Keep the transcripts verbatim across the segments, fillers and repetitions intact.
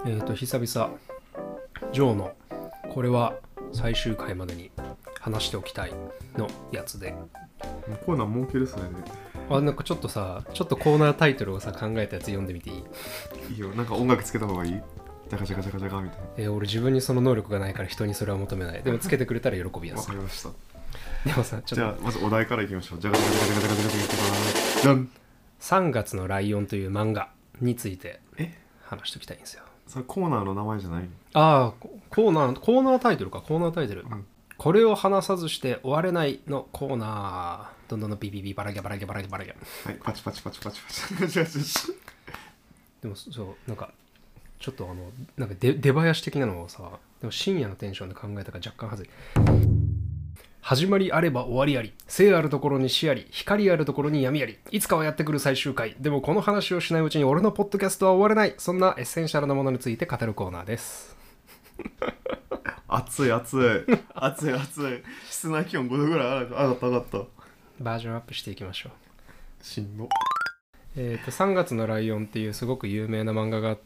えーと久々ジョーのこれは最終回までに話しておきたいのやつで、 コーナー設けるそれで。 あ、なんかちょっとさちょっとコーナータイトルをさ考えたやつ読んでみていい？ いいよ、なんか音楽つけた方がいい？ジャカジャカジャカジャカみたいな。 えー、俺自分にその能力がないから人にそれは求めない。でもつけてくれたら喜びやわすかりました。 でもさちょっとじゃあまずお題からいきましょう。ジャカジャカジャカジャカジャカジャカジャカジャカじゃん。 さんがつのライオンという漫画についてえ話しておきたいんですよ。 それコーナーの名前じゃないの？ ああ、コーナーコーナータイトルか。コーナータイトル、 うん、 これを話さずして終われないのコーナー。どんどんのビビビバラギャバラギャバラギャバラギャ。 はい、パチパチパチパチパチパチパチ。 でもそうなんかちょっとあのなんか出出囃子的なのをさ、でも深夜のテンションで考えたから若干はずい。始まりあれば終わりあり、生あるところに死あり、光あるところに闇あり、いつかはやってくる最終回。でもこの話をしないうちに俺のポッドキャストは終われない。そんなエッセンシャルなものについて語るコーナーです。 熱い熱い熱い熱い。室内気温ごどぐらい上がった上がった。 バージョンアップしていきましょう。 しんの。 えー、とさんがつのライオンっていうすごく有名な漫画があって、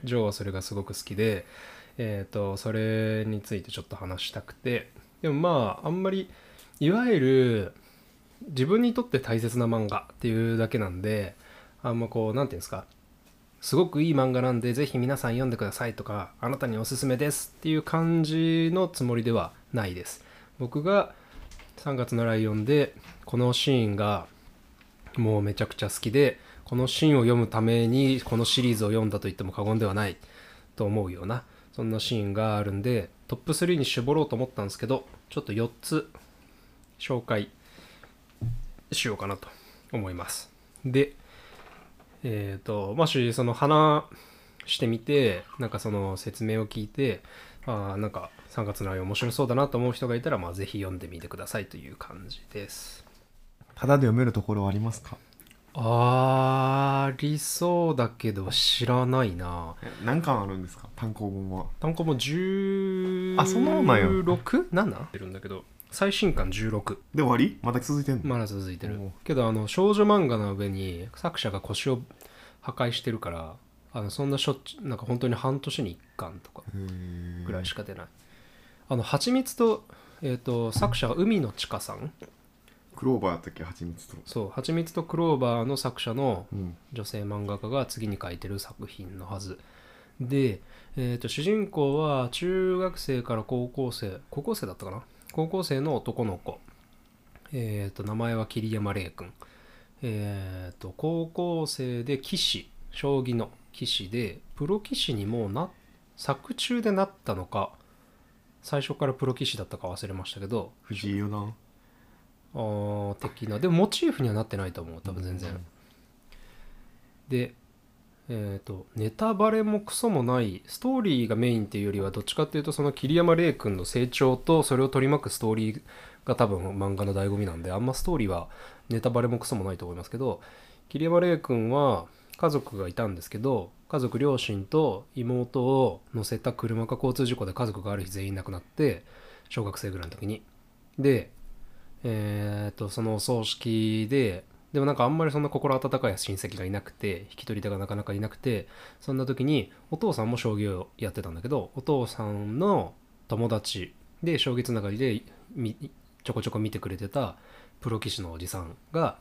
ジョーはそれがすごく好きで、えー、とそれについてちょっと話したくて、でもまああんまりいわゆる自分にとって大切な漫画っていうだけなんで、あんまこうなんていうんですか、すごくいい漫画なんでぜひ皆さん読んでくださいとか、あなたにおすすめですっていう感じのつもりではないです。僕がさんがつのライオンでこのシーンがもうめちゃくちゃ好きで、このシーンを読むためにこのシリーズを読んだと言っても過言ではないと思うような、そんなシーンがあるんで、トップスリーに絞ろうと思ったんですけど、ちょっとよっつ紹介しようかなと思います。で、えっともしその話してみて、なんかその説明を聞いて、あなんかさんがつのライオン面白そうだなと思う人がいたら、まあぜひ読んでみてくださいという感じです。 ただで読めるところはありますか？ ありそうだけど知らないな。 何巻あるんですか、単行本は？ 単行本じゅうろく？ あ、そんなもんなんや。 なな出るんだけど、最新巻じゅうろくで終わり？まだ続いてんの？ まだ続いてるおうけど、あの少女漫画の上に作者が腰を破壊してるから、あのそんなしょっちゅうなんか本当に半年にいっかんとかぐらいしか出ない。あのはちみつと、えー、と作者は海野千佳さん。 クローバーやったっけ、はちみつと。 そう、はちみつとクローバーの作者のうん女性漫画家が次に書いてる作品のはずで、えー、と主人公は中学生から高校生高校生だったかな高校生の男の子、えー、と名前は桐山玲君。えー、と高校生で棋士、将棋の棋士で、プロ棋士にもうな作中でなったのか最初からプロ棋士だったか忘れましたけど、 藤井四段あー的な。でもモチーフにはなってないと思う、多分全然。で、えっ、とネタバレもクソもないストーリーがメインっていうよりは、どっちかっていうとその桐山玲君の成長とそれを取り巻くストーリーが多分漫画の醍醐味なんで、あんまストーリーはネタバレもクソもないと思いますけど、桐山玲君は家族がいたんですけど、家族両親と妹を乗せた車が交通事故で家族がある日全員亡くなって、小学生ぐらいの時に。でえー、とそのお葬式で、でもなんかあんまりそんな心温かい親戚がいなくて、引き取り手がなかなかいなくて、そんな時にお父さんも将棋をやってたんだけど、お父さんの友達で将棋つながりでちょこちょこ見てくれてたプロ棋士のおじさんが、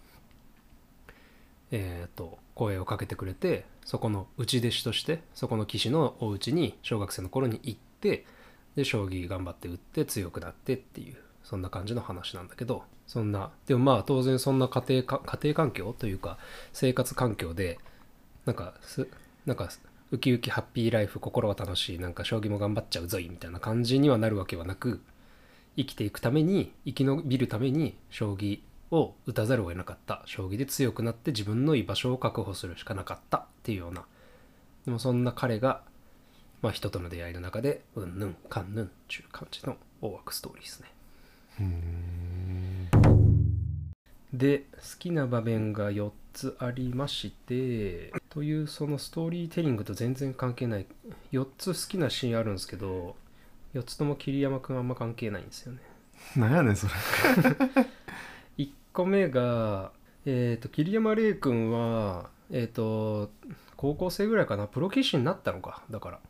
えー、と声をかけてくれて、そこの内弟子としてそこの棋士のお家に小学生の頃に行って、で将棋頑張って打って強くなってっていう、そんな感じの話なんだけど、そんなでもまあ当然そんな家庭か家庭環境というか生活環境で、なんかすなんかウキウキハッピーライフ、心は楽しい、なんか将棋も頑張っちゃうぞいみたいな感じにはなるわけはなく、生きていくために生き延びるために将棋を打たざるを得なかった、将棋で強くなって自分の居場所を確保するしかなかったっていうような、でもそんな彼が、まあ、人との出会いの中でうんぬんかんぬんっていう感じの大枠ストーリーですね。 うーんで、好きな場面がよっつありまして、というそのストーリーテリングと全然関係ないよっつ好きなシーンあるんですけど、よっつとも桐山くんあんま関係ないんですよね。 なんやねんそれ。 いっこめが、えっ、と桐山玲くんはえっ、と高校生ぐらいかな、プロ棋士になったのか、だから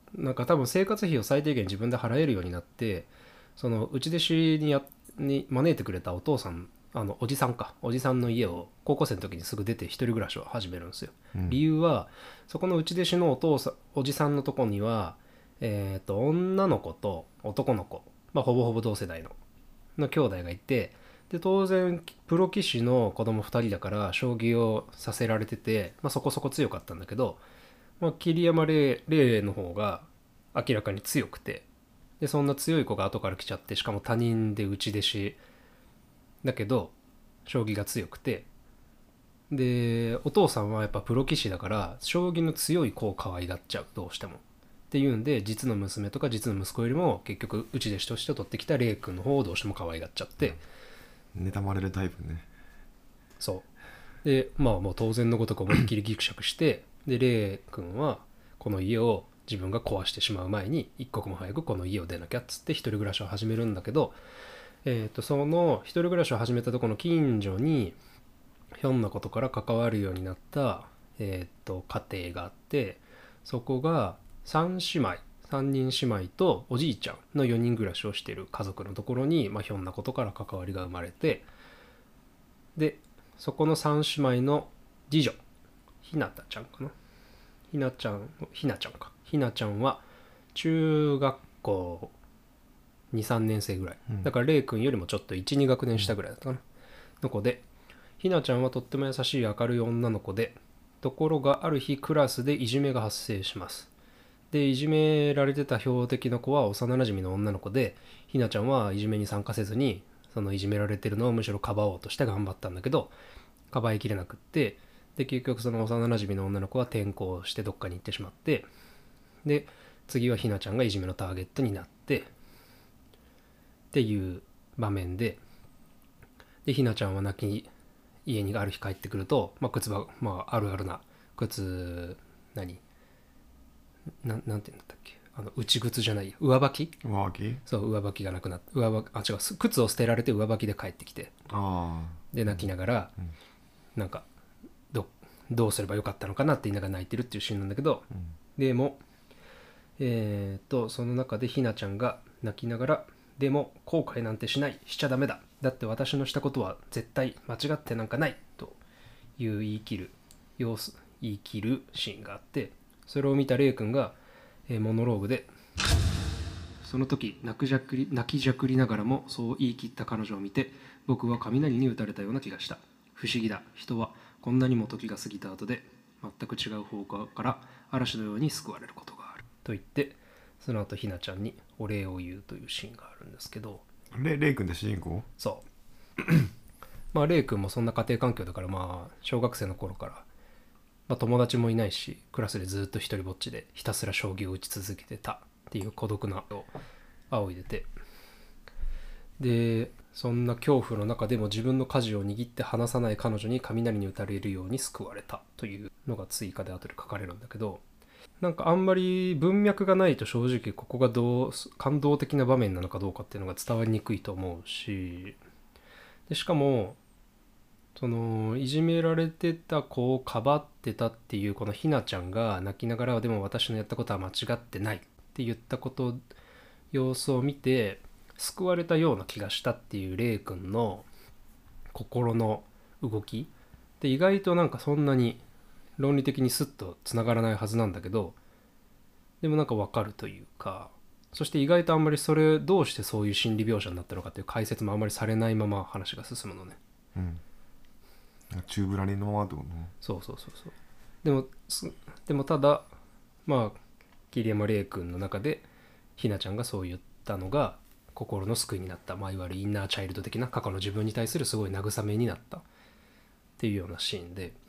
なんか多分生活費を最低限自分で払えるようになって、その内弟子にやに招いてくれたお父さん、あのおじさんかおじさんの家を高校生の時にすぐ出て一人暮らしを始めるんですよ、 うん、 理由はそこの内弟子のお父さんおじさんのとこにはえっ、ー、と女の子と男の子、まあほぼほぼ同世代のの兄弟がいて、で当然プロ棋士の子供ふたりだから将棋をさせられてて、まあ、そこそこ強かったんだけど、まあ、桐山玲玲の方が明らかに強くて、でそんな強い子が後から来ちゃって、しかも他人で内弟子だけど将棋が強くて、でお父さんはやっぱプロ棋士だから将棋の強い子を可愛がっちゃう、どうしてもっていうんで、実の娘とか実の息子よりも結局内弟子として取ってきた玲君の方をどうしても可愛がっちゃって、 うん、妬まれるタイプね。 そうで、まあもう当然のごとく思いっきりギクシャクして、で玲君はこの家を自分が壊してしまう前に一刻も早くこの家を出なきゃっつって一人暮らしを始めるんだけど、えー、とその一人暮らしを始めたところの近所にひょんなことから関わるようになった、えー、と家庭があって、そこがさん姉妹さんにん姉妹とおじいちゃんのよにん暮らしをしている家族のところに、まあ、ひょんなことから関わりが生まれて、でそこのさん姉妹の次女ひなたちゃんかなひなちゃんひなちゃんかひなちゃんは中学校にさんねん生ぐらい、うん、だかられいくんよりもちょっといちに学年下ぐらいだったかな、の子で、ひなちゃんはとっても優しい明るい女の子で、ところがある日クラスでいじめが発生します。でいじめられてた標的の子は幼なじみの女の子で、ひなちゃんはいじめに参加せずにそのいじめられてるのをむしろかばおうとして頑張ったんだけど、かばいきれなくって、で結局その幼なじみの女の子は転校してどっかに行ってしまって、で次はひなちゃんがいじめのターゲットになってっていう場面で、でひなちゃんは泣き家にある日帰ってくると、まあ、靴ば、まあ、あるあるな靴何ななんて言うんだったっけ、あの内靴じゃない上履き上履きそう上履きがなくなって、上履きあ違う靴を捨てられて上履きで帰ってきて、 あで泣きながら、 うん、 なんか ど, どうすればよかったのかなって言いながら泣いてるっていうシーンなんだけど、 うん、 でもえー、とその中でひなちゃんが泣きながら、でも後悔なんてしない、しちゃダメだ、だって私のしたことは絶対間違ってなんかないという言い切る様子言い切るシーンがあって、それを見たレイ君が、えー、モノローグで、その時泣きじゃくり泣きじゃくりながらもそう言い切った彼女を見て、僕は雷に打たれたような気がした。不思議だ、人はこんなにも時が過ぎた後で全く違う方向から嵐のように救われることがあると言って、その後ひなちゃんにお礼を言うというシーンがあるんですけど、 レレイ君って主人公？ そうまあレイ君もそんな家庭環境だから、まあ小学生の頃から、まあ、友達もいないしクラスでずっと一人ぼっちでひたすら将棋を打ち続けてたっていう孤独なを仰いでて、でそんな恐怖の中でも自分の舵を握って離さない彼女に雷に打たれるように救われたというのが追加で後で書かれるんだけど、なんかあんまり文脈がないと正直ここがどう感動的な場面なのかどうかっていうのが伝わりにくいと思うし、でしかもそのいじめられてた子をかばってたっていうこのひなちゃんが泣きながら、でも私のやったことは間違ってないって言ったこと様子を見て救われたような気がしたっていうレイ君の心の動きって意外となんかそんなに論理的にスッとつながらないはずなんだけど、でもなんかわかるというか、そして意外とあんまりそれどうしてそういう心理描写になったのかっていう解説もあんまりされないまま話が進むのね。 うん。宙ぶらりんのままってことね。 そうそうそうそう。でもでもただまあ桐山玲君の中でひなちゃんがそう言ったのが心の救いになった、まあ、いわゆるインナーチャイルド的な過去の自分に対するすごい慰めになったっていうようなシーンで、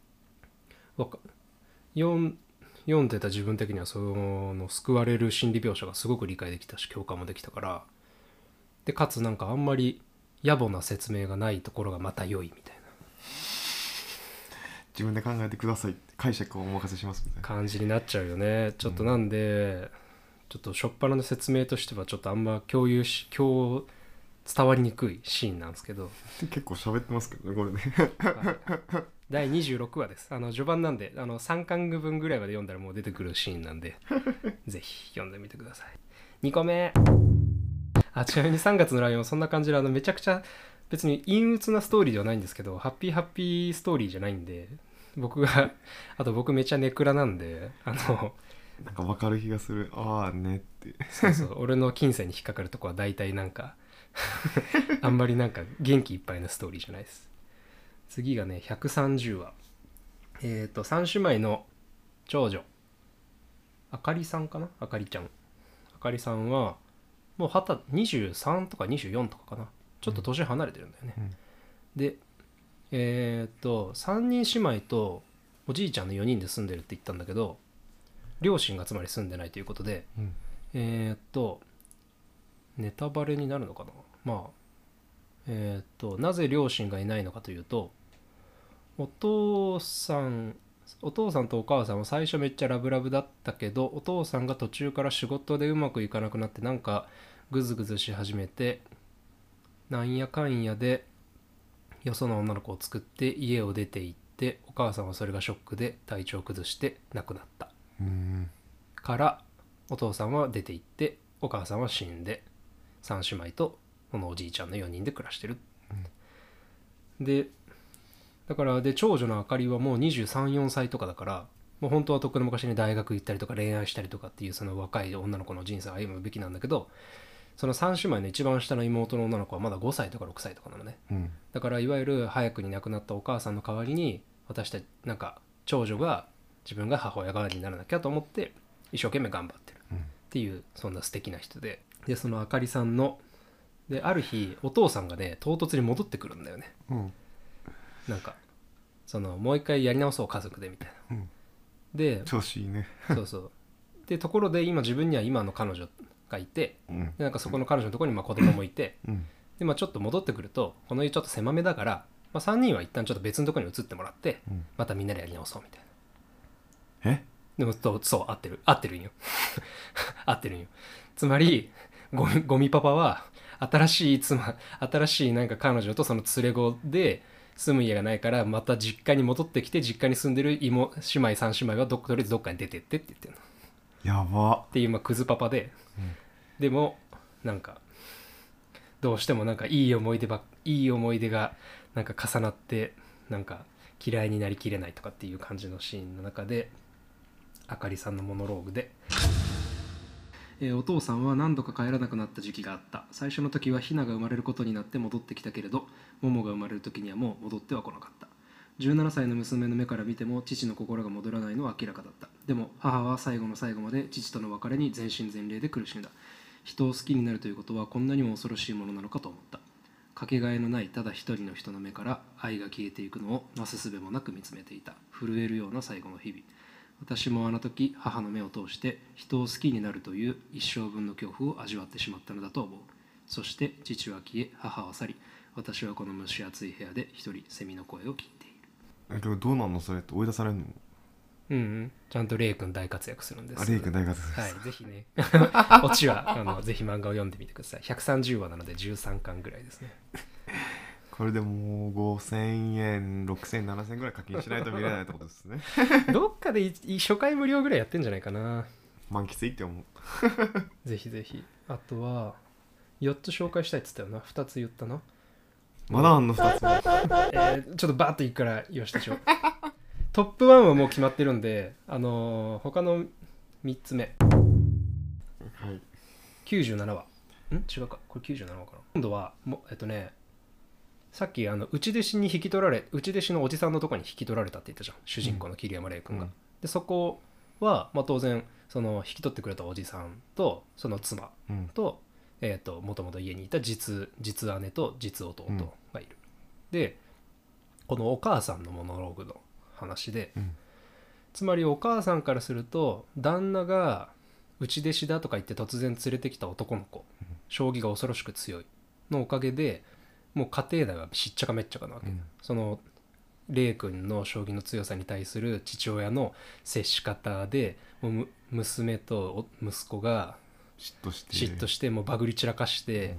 読ん読んでた自分的にはその救われる心理描写がすごく理解できたし共感もできたから、でかつなんかあんまり野暮な説明がないところがまた良いみたいな、 自分で考えてください、解釈をお任せしますみたいな感じになっちゃうよね。ちょっとなんで、うん、ちょっと初っ端の説明としてはちょっとあんま共有し共伝わりにくいシーンなんですけど結構喋ってますけどねこれねはいだいにじゅうろくわです。あの序盤なんであのさんかんぶんぐらいまで読んだらもう出てくるシーンなんでぜひ読んでみてください。にこめ、あちなみにさんがつのライオンそんな感じであのめちゃくちゃ別に陰鬱なストーリーではないんですけどハッピーハッピーストーリーじゃないんで、僕があと僕めちゃネクラなんであのなんか分かる気がする。ああねってそうそう俺の金銭に引っかかるとこは大体なんかあんまりなんか元気いっぱいなストーリーじゃないです。次がねひゃくさんじゅうわ。えっ、ー、とさん姉妹の長女あかりさんかな、あかりちゃんあかりさんはもうはたにじゅうさんとかにじゅうよんとかかな、ちょっと年離れてるんだよね、うん、でえっ、ー、とさんにん姉妹とおじいちゃんのよにんで住んでるって言ったんだけど両親がつまり住んでないということで、うん、えっ、ー、とネタバレになるのかな。まあえっ、ー、となぜ両親がいないのかというと、お父さんお父さんとお母さんは最初めっちゃラブラブだったけど、お父さんが途中から仕事でうまくいかなくなってなんかグズグズし始めて、なんやかんやでよその女の子を作って家を出て行って、お母さんはそれがショックで体調を崩して亡くなったからお父さんは出て行ってお母さんは死んでさん姉妹とこのおじいちゃんのよにんで暮らしてる、うん、でだからで長女のあかりはもうにじゅうさん、よんさいとかだから、もう本当はとっくの昔に大学行ったりとか恋愛したりとかっていうその若い女の子の人生を歩むべきなんだけど、そのさん姉妹の一番下の妹の女の子はまだごさいとかろくさいとかなのね、うん、だからいわゆる早くに亡くなったお母さんの代わりに私たちなんか長女が自分が母親代わりにならなきゃと思って一生懸命頑張ってるっていう、そんな素敵な人で、でそのあかりさんのである日お父さんがね唐突に戻ってくるんだよね、うん、なんかそのもう一回やり直そう家族でみたいな、うん、で調子いいねそうそうでところで今自分には今の彼女がいて、うん、でなんかそこの彼女のところにまあ子供もいて、うん、でまあちょっと戻ってくるとこの家ちょっと狭めだから、まあ、さんにんは一旦ちょっと別のところに移ってもらって、うん、またみんなでやり直そうみたいな。 えでもそうそう合ってる合ってるんよ合ってるんよ。つまりゴミ、ゴミパパは新しい妻新しいなんか彼女とその連れ子で住む家がないからまた実家に戻ってきて、実家に住んでる妹姉妹さん姉妹はどとりあえずどっかに出てってって言ってるの。やばっていうまあクズパパで、うん、でもなんかどうしてもなんかいい思い出ばいい思い出がなんか重なってなんか嫌いになりきれないとかっていう感じのシーンの中であかりさんのモノローグで、えー、お父さんは何度か帰らなくなった時期があった。最初の時はヒナが生まれることになって戻ってきたけれど、モモが生まれる時にはもう戻っては来なかった。じゅうななさいの娘の目から見ても父の心が戻らないのは明らかだった。でも母は最後の最後まで父との別れに全身全霊で苦しんだ。人を好きになるということはこんなにも恐ろしいものなのかと思った。かけがえのないただ一人の人の目から愛が消えていくのをなすすべもなく見つめていた。震えるような最後の日々。私もあの時母の目を通して人を好きになるという一生分の恐怖を味わってしまったのだと思う。そして父は消え母は去り、私はこの蒸し暑い部屋で一人セミの声を聞いている。 えどうなんのそれって追い出されるの？ うん、うん、ちゃんとレイ君大活躍するんです。 あレイ君大活躍はいぜひねオチはあのぜひ漫画を読んでみてください。ひゃくさんじゅうわなのでじゅうさんかんぐらいですねこれでもうごせんえんろくせんななせんぐらい課金しないと見れないってことですねどっかで初回無料ぐらいやってんじゃないかな。 満喫いいって思うぜひぜひ。あとはよっつ紹介したいっつったよな。ふたつ言ったな。 まだあんのふたつも、えー、ちょっとバーッといくからよしでしょトップワンはもう決まってるんで、あのー、他のみっつめ、はい、きゅうじゅうななわん違うかこれきゅうじゅうななわかな。今度はもえっとねさっきあの内弟子に引き取られ内弟子のおじさんのとこに引き取られたって言ったじゃん、主人公の桐山玲君が、うん、でそこは、まあ、当然その引き取ってくれたおじさんとその妻と、うん、えーともともと家にいた実実姉と実弟がいる、うん、でこのお母さんのモノローグの話で、うん、つまりお母さんからすると旦那が内弟子だとか言って突然連れてきた男の子、うん、将棋が恐ろしく強いのおかげでもう家庭内はしっちゃかめっちゃかなわけ、うん、そのレイ君の将棋の強さに対する父親の接し方でもう娘と息子が嫉妬して嫉妬してもうバグり散らかして、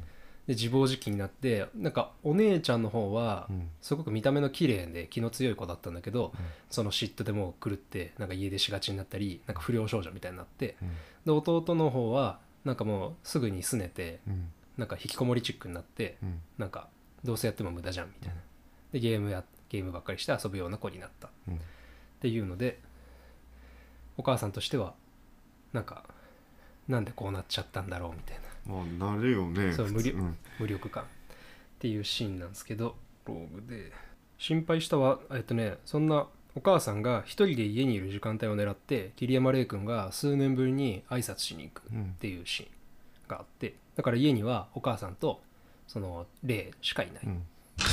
で自暴自棄になって、なんかお姉ちゃんの方はうんすごく見た目の綺麗で気の強い子だったんだけど、 うんその嫉妬でもう狂ってなんか家出しがちになったり、なんか不良少女みたいになって、 うんで弟の方はなんかもうすぐに拗ねて、 うんなんか引きこもりチックになって、 うんなんかどうせやっても無駄じゃんみたいな、でゲームやゲームばっかりして遊ぶような子になったっうんていうので、お母さんとしてはなんかなんでこうなっちゃったんだろうみたいな、 まあなるよねそう無力、 普通うん無力感っていうシーンなんですけど、ローグで心配したはえっとねそんなお母さんが一人で家にいる時間帯を狙って桐山玲君が数年ぶりに挨拶しに行くっていうシーンがあって、だから家にはお母さんとその玲しかいない、 うん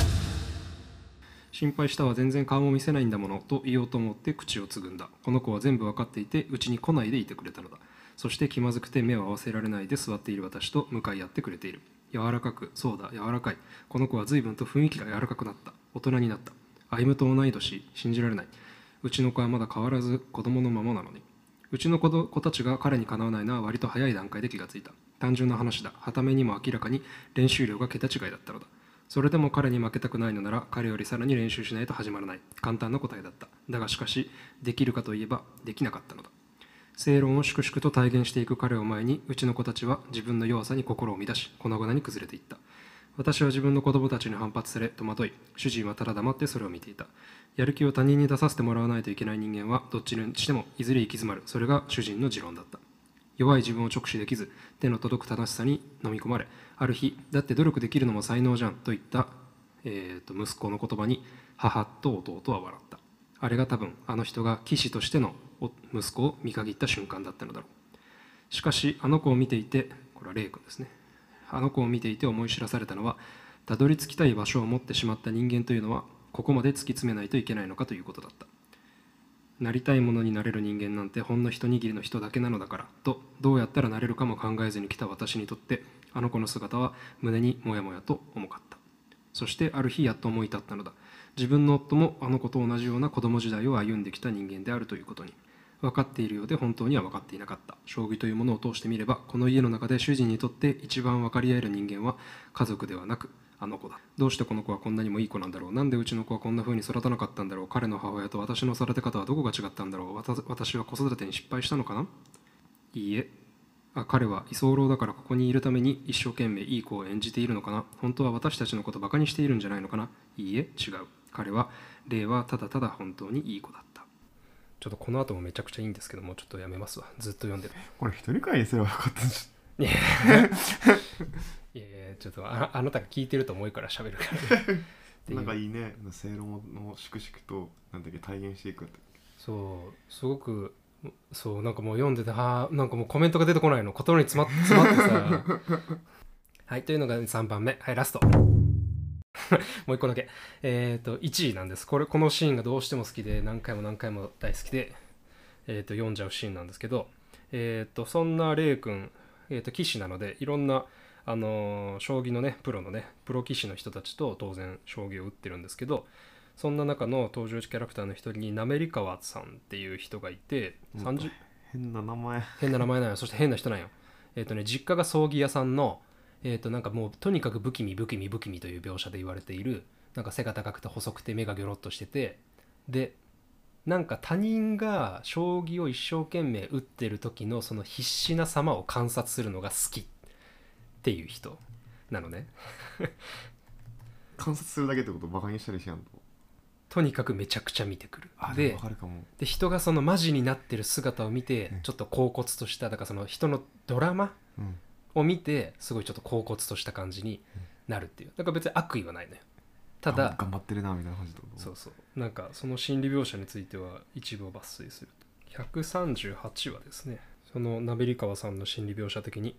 心配したは全然顔も見せないんだものと言おうと思って口をつぐんだ。この子は全部分かっていてうちに来ないでいてくれたのだ。そして気まずくて目を合わせられないで座っている私と向かい合ってくれている。柔らかく、そうだ柔らかい。この子は随分と雰囲気が柔らかくなった。大人になった。歩夢と同い年、信じられない。うちの子はまだ変わらず子供のままなのに。うちの子ど子たちが彼にかなわないのは割と早い段階で気がついた。単純な話だ。はためにも明らかに練習量が桁違いだったのだ。それでも彼に負けたくないのなら彼よりさらに練習しないと始まらない。簡単な答えだった。だがしかし、できるかといえばできなかったのだ。正論を粛々と体現していく彼を前に、うちの子たちは自分の弱さに心を乱し、粉々に崩れていった。私は自分の子供たちに反発され戸惑い、主人はただ黙ってそれを見ていた。やる気を他人に出させてもらわないといけない人間はどっちにしてもいずれ行き詰まる。それが主人の持論だった。弱い自分を直視できず、手の届く正しさに飲み込まれ、ある日、だって努力できるのも才能じゃんと言った、えー、と息子の言葉に母と弟は笑った。あれが多分あの人が騎士としての息子を見限った瞬間だったのだろう。しかしあの子を見ていて、これはレイ君ですね。あの子を見ていて思い知らされたのは、たどり着きたい場所を持ってしまった人間というのはここまで突き詰めないといけないのかということだった。なりたいものになれる人間なんてほんの一握りの人だけなのだからと、どうやったらなれるかも考えずに来た私にとって、あの子の姿は胸にもやもやと重かった。そしてある日やっと思い立ったのだ。自分の夫もあの子と同じような子供時代を歩んできた人間であるということに。分かっているようで本当には分かっていなかった。将棋というものを通してみれば、この家の中で主人にとって一番分かり合える人間は家族ではなくあの子だ。どうしてこの子はこんなにもいい子なんだろう。なんでうちの子はこんな風に育たなかったんだろう。彼の母親と私の育て方はどこが違ったんだろう。私は子育てに失敗したのかな。いいえ。あ、彼は居候だからここにいるために一生懸命いい子を演じているのかな。本当は私たちのことバカにしているんじゃないのかな。いいえ、違う。彼は、レイはただただ本当にいい子だった。ちょっとこの後もめちゃくちゃいいんですけども、ちょっとやめますわ。ずっと読んでる。 これ一人会にすればよかったんじいやいやいや、ちょっと あ, あなたが聞いてると思うから喋るからゃんなんかいいね。正論の粛々となんだっけ体現していくんだっけ。 そうすごくそうなんかもう読んでて、はなんかもうコメントが出てこないの、言葉に詰まっ詰まってさはいというのがさんばんめ、はいラストもう一個だけ、えっ、ー、といちいなんです。これこのシーンがどうしても好きで何回も何回も大好きで、えー、と読んじゃうシーンなんですけど、えっ、ー、とそんなレイ君、えー、と棋士なのでいろんなあのー、将棋のねプロのねプロ棋士の人たちと当然将棋を打ってるんですけど、そんな中の登場キャラクターの一人に滑川さんっていう人がいて、さんじゅう変な名前変な名前なんよ。そして変な人なんよ。えっ、ー、とね実家が葬儀屋さんの、えっ、ー、となんかもうとにかく不気味不気味不気味という描写で言われている、なんか背が高くて細くて目がギョロッとしてて、でなんか他人が将棋を一生懸命打ってる時のその必死な様を観察するのが好きっていう人なのね観察するだけってこと？バカにしたりしやんと。 とにかくめちゃくちゃ見てくる。 あでわかるかも。 で人がそのマジになってる姿を見てうんちょっと恍惚とした、だからその人のドラマうんを見てすごいちょっと恍惚とした感じになるっていう。だから別に悪意はないのよ。ただ頑張ってるなみたいな感じってこと？ そうそうなんかその心理描写については一部を抜粋するとひゃくさんじゅうはちわですね。その滑川さんの心理描写的に、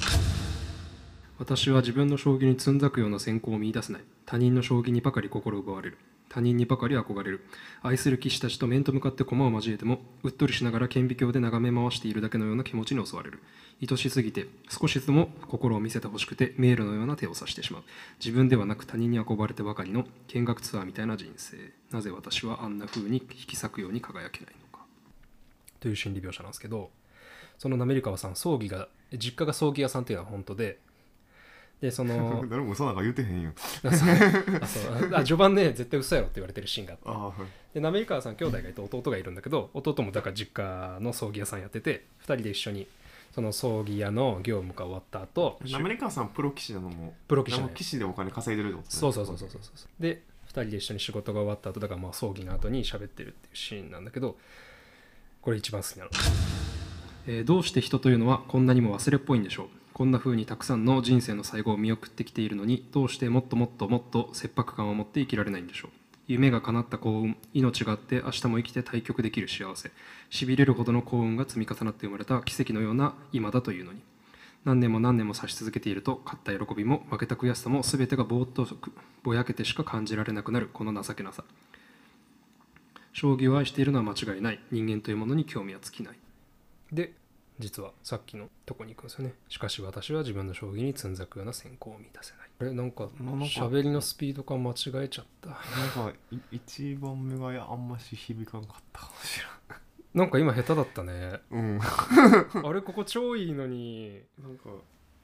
私は自分の将棋につんざくような閃光を見出せない。他人の将棋にばかり心奪われる。他人にばかり憧れる。愛する棋士たちと面と向かって駒を交えても、うっとりしながら顕微鏡で眺め回しているだけのような気持ちに襲われる。愛しすぎて、少しでも心を見せてほしくて、迷路のような手を指してしまう。自分ではなく他人に憧れてばかりの見学ツアーみたいな人生。なぜ私はあんな風に引き裂くように輝けないのか。という心理描写なんですけど、その滑川さん、葬儀が、実家が葬儀屋さんっていうのは本当で、 でその誰も嘘なんか言うてへんよ。 あそうあそうあ序盤ね絶対嘘やろって言われてるシーンがあって、 あ、はい、 で滑川さん兄弟がいて弟がいるんだけど、弟もだから実家の葬儀屋さんやってて、ふたりで一緒にその葬儀屋の業務が終わった後、 滑川さんプロ棋士なのもプロ棋士棋士でお金稼いでるってことですね。 そうそうそうそうそうそう。でふたりで一緒に仕事が終わった後だから、まあ葬儀の後に喋ってるっていうシーンなんだけど、これ一番好きなの。えーどうして人というのはこんなにも忘れっぽいんでしょう。こんな風にたくさんの人生の最後を見送ってきているのに、どうしてもっともっともっと切迫感を持って生きられないんでしょう。夢が叶った幸運、命があって明日も生きて対極できる幸せ、しびれるほどの幸運が積み重なって生まれた奇跡のような今だというのに、何年も何年も指し続けていると、勝った喜びも負けた悔しさも全てがぼーっとぼやけてしか感じられなくなるこの情けなさ。将棋を愛しているのは間違いない。人間というものに興味は尽きない。で実はさっきのとこに行くんですよね。しかし私は自分の将棋につんざくような閃光を見出せない。これなんか喋りのスピード感間違えちゃった。 なんかいちばんめがあんまし響かんかったかもしれない。 なんか今下手だったね。 うんあれここ超いいのになんか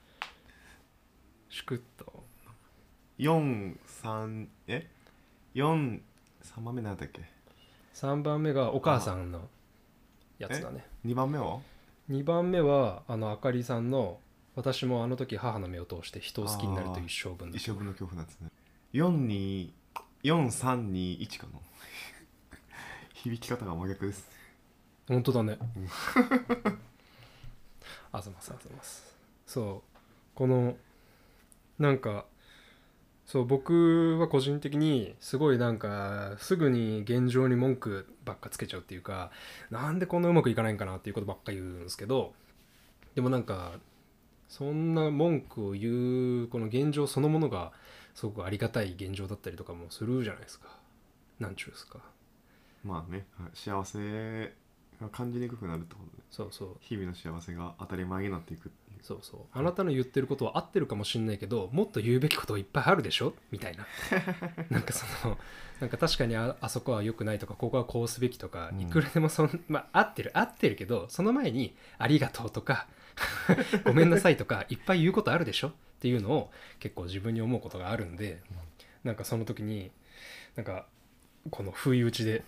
しくった。 よんさんえよん さんばんめなんだっけ。 さんばんめがお母さんのやつだね。 にばんめはにばんめはあのあかりさんの私もあの時母の目を通して人を好きになるという一生分。 一生分の恐怖なんですね。よんによんさんにいちかな響き方が真逆です。 本当だねあざますあざます。そうこのなんかそう僕は個人的にすごいなんかすぐに現状に文句ばっかつけちゃうっていうか、なんでこんなうまくいかないんかなっていうことばっか言うんですけど、でもなんかそんな文句を言うこの現状そのものがすごくありがたい現状だったりとかもするじゃないですか。なんちゅうですか。 まあね、幸せが感じにくくなるってことで、 そうそう、 日々の幸せが当たり前になっていくっていう。 そうそう、あなたの言ってることは合ってるかもしれないけど、もっと言うべきこといっぱいあるでしょみたいななんかそのなんか確かに あ, あそこは良くないとか、ここはこうすべきとか、いくらでもそん、まあ合ってる合ってるけど、その前にありがとうとかごめんなさいとかいっぱい言うことあるでしょっていうのを結構自分に思うことがあるんで、なんかその時になんかこの不意打ちで、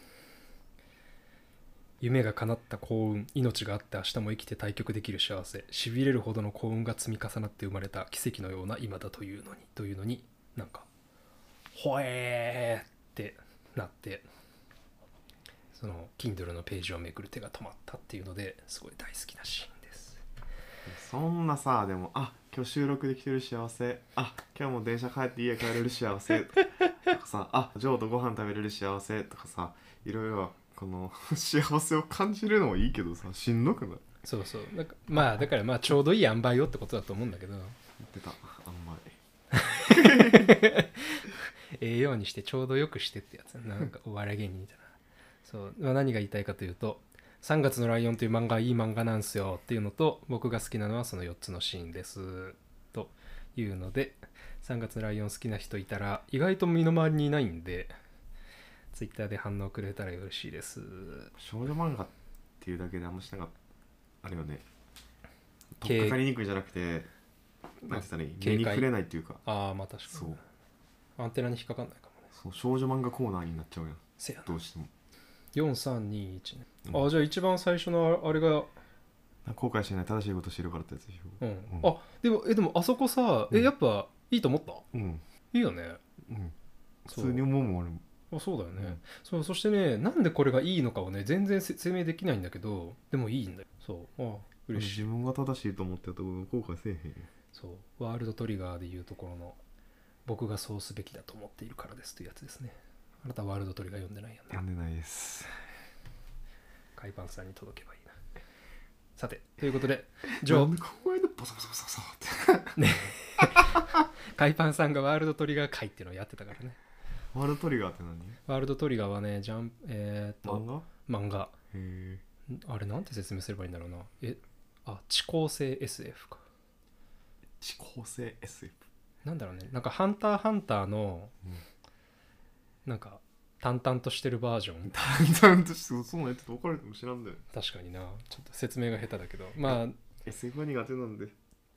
夢が叶った幸運、命があって明日も生きて対極できる幸せ、しびれるほどの幸運が積み重なって生まれた奇跡のような今だというのにというのに、なんかほえーってなって、その Kindle のページをめくる手が止まったっていうのですごい大好きなシーンです。 そんなさ、でもあ今日収録できてる幸せ、あ今日も電車帰って家帰れる幸せとかさ、あジョーとご飯食べれる幸せとかさ、いろいろこの幸せを感じるのもいいけどさ、しんどくない？ そうそう、なんかまあだからまあちょうどいい塩梅よってことだと思うんだけど、 言ってたあんまりええようにしてちょうどよくしてってやつ、なんかお笑い芸人みたいな。そう、まあ、何が言いたいかというと、さんがつのライオンという漫画はいい漫画なんすよっていうのと、僕が好きなのはそのよっつのシーンですというので、さんがつのライオン好きな人いたら意外と身の回りにいないんで、ツイッターで反応くれたら嬉しいです。 少女漫画っていうだけであんましなんかあれよね、取っかかりにくいじゃなくて、なんて言ったらいい、目に触れないっていうか、 ああまあ確かにそうアンテナに引っかかんないかもね。 そう少女漫画コーナーになっちゃうやん、 せやな、 どうしても。 よんさんにいちね、 うん、 あじゃあ一番最初のあれが後悔しない正しいことしてるからってやつでしょ。 うん、 うん、 あでもえでもあそこさ、えやっぱいいと思った？ うんいいよね。 うん普通に思うもん俺も。 あそうだよね、 うん、 そうそしてね、なんでこれがいいのかをね全然説明できないんだけど、でもいいんだよ。そうあ嬉しい。 自分が正しいと思ってたところ後悔せえへんよ。 そうワールドトリガーでいうところの僕がそうすべきだと思っているからですというやつですね。あなたはワールドトリガー読んでないやんね。 読んでないです。 海パンさんに届けばいいな。さてということでジョー考えるボソボソボソボソってね海パンさんがワールドトリガー会っていうのをやってたからね。 ワールドトリガーって何？ ワールドトリガーはね、ジャンえー、っと漫画？ 漫画。 へえ。あれなんて説明すればいいんだろうな。え、あ、知構性 エスエフ か。 知構性 エスエフ。 なんだろうね。なんかハンターハンターの、 うん、 なんか淡々としてるバージョン。 淡々としてそうなんやって分かるかもしれんだよ。 確かにな。ちょっと説明が下手だけど、まあエスエフ は苦手なんで。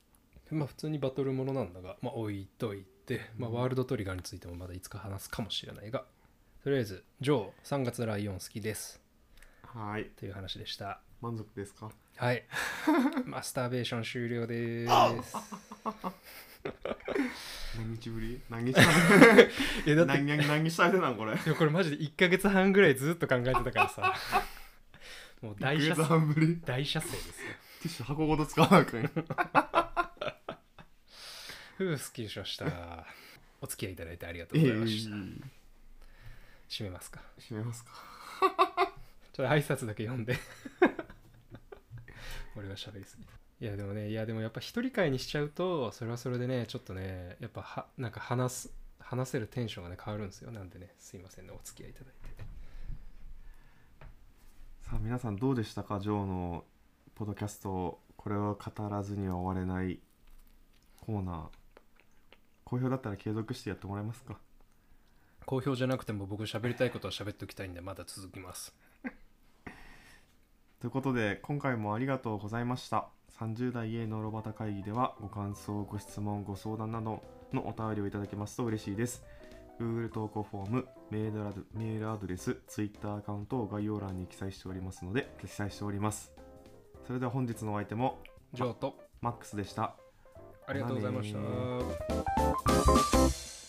まあ普通にバトルものなんだが、まあ置いといて、まあ、ワールドトリガーについてもまだいつか話すかもしれないが、とりあえずジョーさんがつライオン好きですはいという話でした。 満足ですか？ はいマスターベーション終了です何日ぶり？何日ぶりえだって何何何日されてたんこれ。 でもこれマジでいっかげつはんぐらいずっと考えてたからさもう大いっかげつ射精はんぶり。 大射精ですよ。 ティッシュ箱ごと使わなくん。 ふうすっきりしました。お付き合いいただいてありがとうございました。 えー、 締めますか。 閉めますか。 ちょっと挨拶だけ読んで俺が喋りすぎた。いやでもね、いやでもやっぱ一人会にしちゃうとそれはそれでね、ちょっとねやっぱはなんか話す話せるテンションがね変わるんですよ。なんでね、すいませんね、お付き合いいただいて。 さあ皆さんどうでしたか？ジョーのポッドキャスト、これを語らずには終われないコーナー、好評だったら継続してやってもらえますか？ 好評じゃなくても僕喋りたいことは喋っておきたいんでまだ続きますということで今回もありがとうございました。さんじゅう代 A のロバタ会議ではご感想、ご質問、ご相談などのお便りをいただけますと嬉しいです。 Google 投稿フォーム、メールアドメールアドレス、Twitter アカウントを概要欄に記載しておりますので記載しております。それでは本日のお相手もジョーとマックスでした。 ありがとうございました。